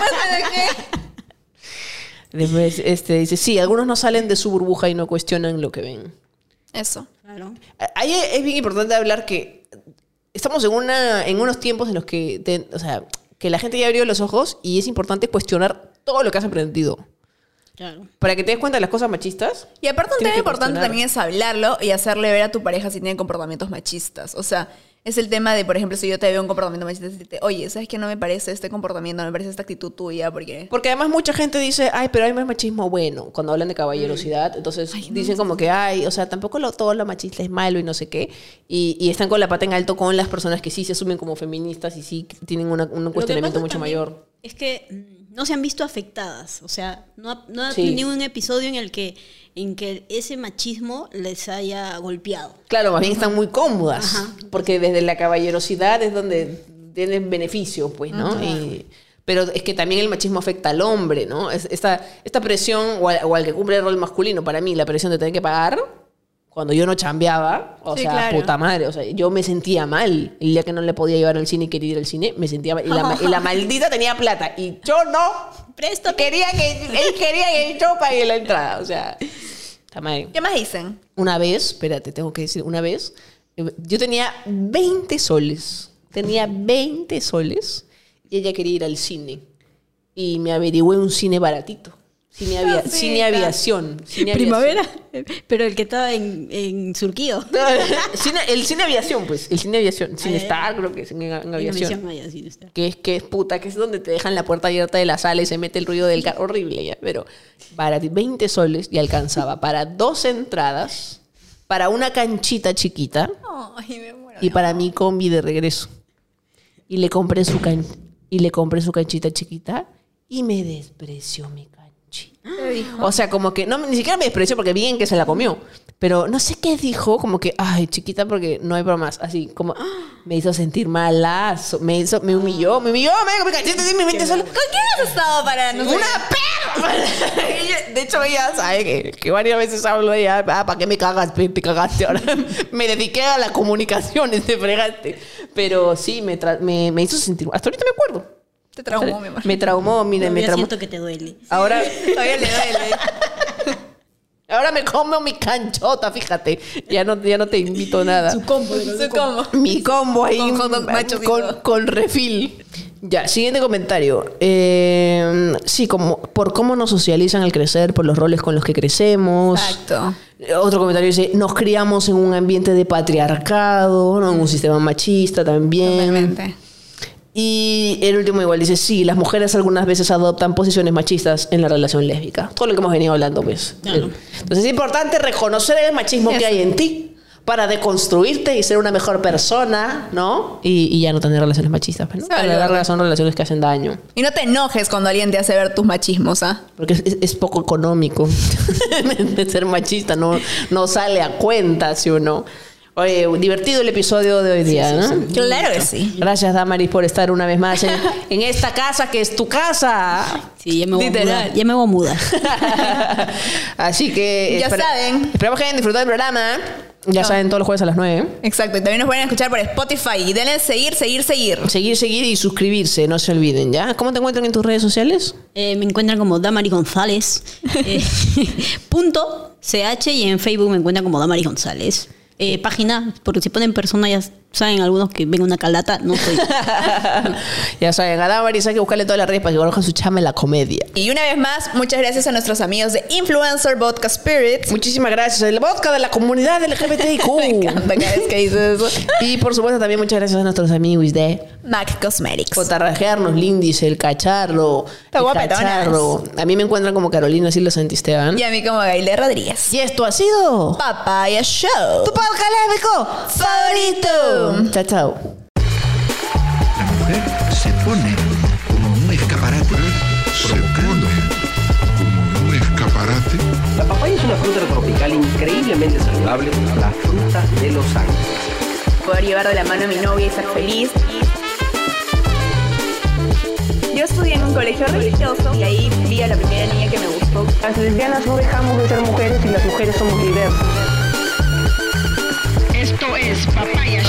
Después dice, sí, algunos no salen de su burbuja y no cuestionan lo que ven. Eso. Claro. Ahí es bien importante hablar que estamos en unos tiempos en los que, que la gente ya abrió los ojos y es importante cuestionar todo lo que has aprendido. Claro. Para que te des cuenta de las cosas machistas. Y aparte un Tienes tema que importante cuestionar. también es hablarlo y hacerle ver a tu pareja si tiene comportamientos machistas. O sea, Es el tema de, por ejemplo, si yo te veo un comportamiento machista, decirte, oye, ¿sabes qué? No me parece este comportamiento, no me parece esta actitud tuya, porque... Porque además mucha gente dice, ay, pero hay más machismo bueno, cuando hablan de caballerosidad. Entonces dicen como que, ay, o sea, tampoco todo lo machista es malo y no sé qué. Y están con la pata en alto con las personas que sí se asumen como feministas y sí tienen un cuestionamiento mucho mayor. Es que no se han visto afectadas. O sea, no ha Sí. tenido un episodio en el que ese machismo les haya golpeado. Claro, más bien están muy cómodas. Ajá. Porque desde la caballerosidad es donde tienen beneficio, pues, ¿no? Pero es que también el machismo afecta al hombre, ¿no? Esta presión, o al que cumple el rol masculino, para mí, la presión de tener que pagar, cuando yo no chambeaba, o Sí, sea, claro. puta madre, o sea, yo me sentía mal. El día que no le podía llevar al cine y quería ir al cine, me sentía mal. Y la maldita tenía plata, y yo no. Préstame. Él quería que yo pague la entrada, o sea, está mal. ¿Qué más dicen? Una vez, espérate, tengo que decir, una vez, yo tenía 20 soles. Tenía 20 soles y ella quería ir al cine. Y me averigüé un cine baratito. Cine aviación. Cine Primavera. Pero el que estaba en Surquío. El cine aviación, pues. El cine aviación. Cine Star, creo que es en aviación. Que es puta, que es donde te dejan la puerta abierta de la sala y se mete el ruido del carro. Horrible ya, pero baratito. 20 soles y alcanzaba para 2 entradas, para una canchita chiquita Ay, me muero. y para mi combi de regreso. Y le compré su canchita chiquita y me despreció mi canchita. ¿Qué dijo? O sea, como que ni siquiera me despreció porque bien que se la comió. Pero no sé qué dijo, como que, ay, chiquita, porque no hay bromas. Así como me hizo sentir malazo, me humilló, me dijo, mi canchita tiene 20 soles. ¿Con quién has estado para no sé? ¡Una perra! De hecho, ella sabe que varias veces hablo de ella. ¿Para qué me cagas? Te cagaste ahora. Me dediqué a las comunicaciones, te fregaste. Pero sí, me hizo sentir... Hasta ahorita me acuerdo. Te traumó, mi amor. Me traumó, mira, me Ya traumó. siento que te duele. Ahora... Todavía le duele. Ahora me como mi canchota, fíjate. Ya no te invito a nada. Su combo. Mi combo ahí Con hot dog machos y todo. con refil. Ya, siguiente comentario. Sí, como por cómo nos socializan al crecer, por los roles con los que crecemos. Exacto. Otro comentario dice, nos criamos en un ambiente de patriarcado, ¿no? En un sistema machista también. Totalmente. Y el último igual dice, sí, las mujeres algunas veces adoptan posiciones machistas en la relación lésbica. Todo lo que hemos venido hablando, pues. Claro. Entonces es importante reconocer el machismo que hay en ti para deconstruirte y ser una mejor persona, ¿no? Y ya no tener relaciones machistas, pues, ¿no? Salud. La verdad son relaciones que hacen daño. Y no te enojes cuando alguien te hace ver tus machismos, ¿ah? Porque es poco económico de ser machista, no sale a cuenta, ¿sí o no? Oye, divertido el episodio de hoy día, ¿no? Claro que sí. Gracias, Damaris, por estar una vez más en esta casa que es tu casa. Sí, ya me voy a Literal. mudar. Ya me voy a mudar. Así que... Ya saben. Esperamos que hayan disfrutado del programa. Ya saben, todos los jueves a las 9. Exacto. Y también nos pueden escuchar por Spotify. Y denle seguir. Seguir y suscribirse, no se olviden, ¿ya? ¿Cómo te encuentran en tus redes sociales? Me encuentran como Damaris González. .ch y en Facebook me encuentran como Damaris González. Página, porque si ponen persona ya saben algunos que ven una calata, no soy. Ya saben, a Damaris hay que buscarle todas las redes para que conozcan su chama en la comedia. Y una vez más, muchas gracias a nuestros amigos de Influencer Vodka Spirit. Muchísimas gracias. El vodka de la comunidad LGBTIQ. Me encanta cada vez que dices eso. Y por supuesto también muchas gracias a nuestros amigos de MAC Cosmetics. Potarrajearnos, Lindis, el cacharro. Está El guapetonas. cacharro. A mí me encuentran como Carolina Silva Santisteban. Y a mí como Gaile Rodríguez. Y esto ha sido Papaya Show. tu podcast lésbico favorito. Chao, chao. La mujer se pone como un escaparate, provocando como un escaparate. La papaya es una fruta tropical increíblemente saludable, la fruta de los ángeles. Poder llevar de la mano a mi novia y ser feliz. Yo estudié en un colegio religioso y ahí vi a la primera niña que me gustó. Las lesbianas no dejamos de ser mujeres y las mujeres somos diversas. Esto es Papaya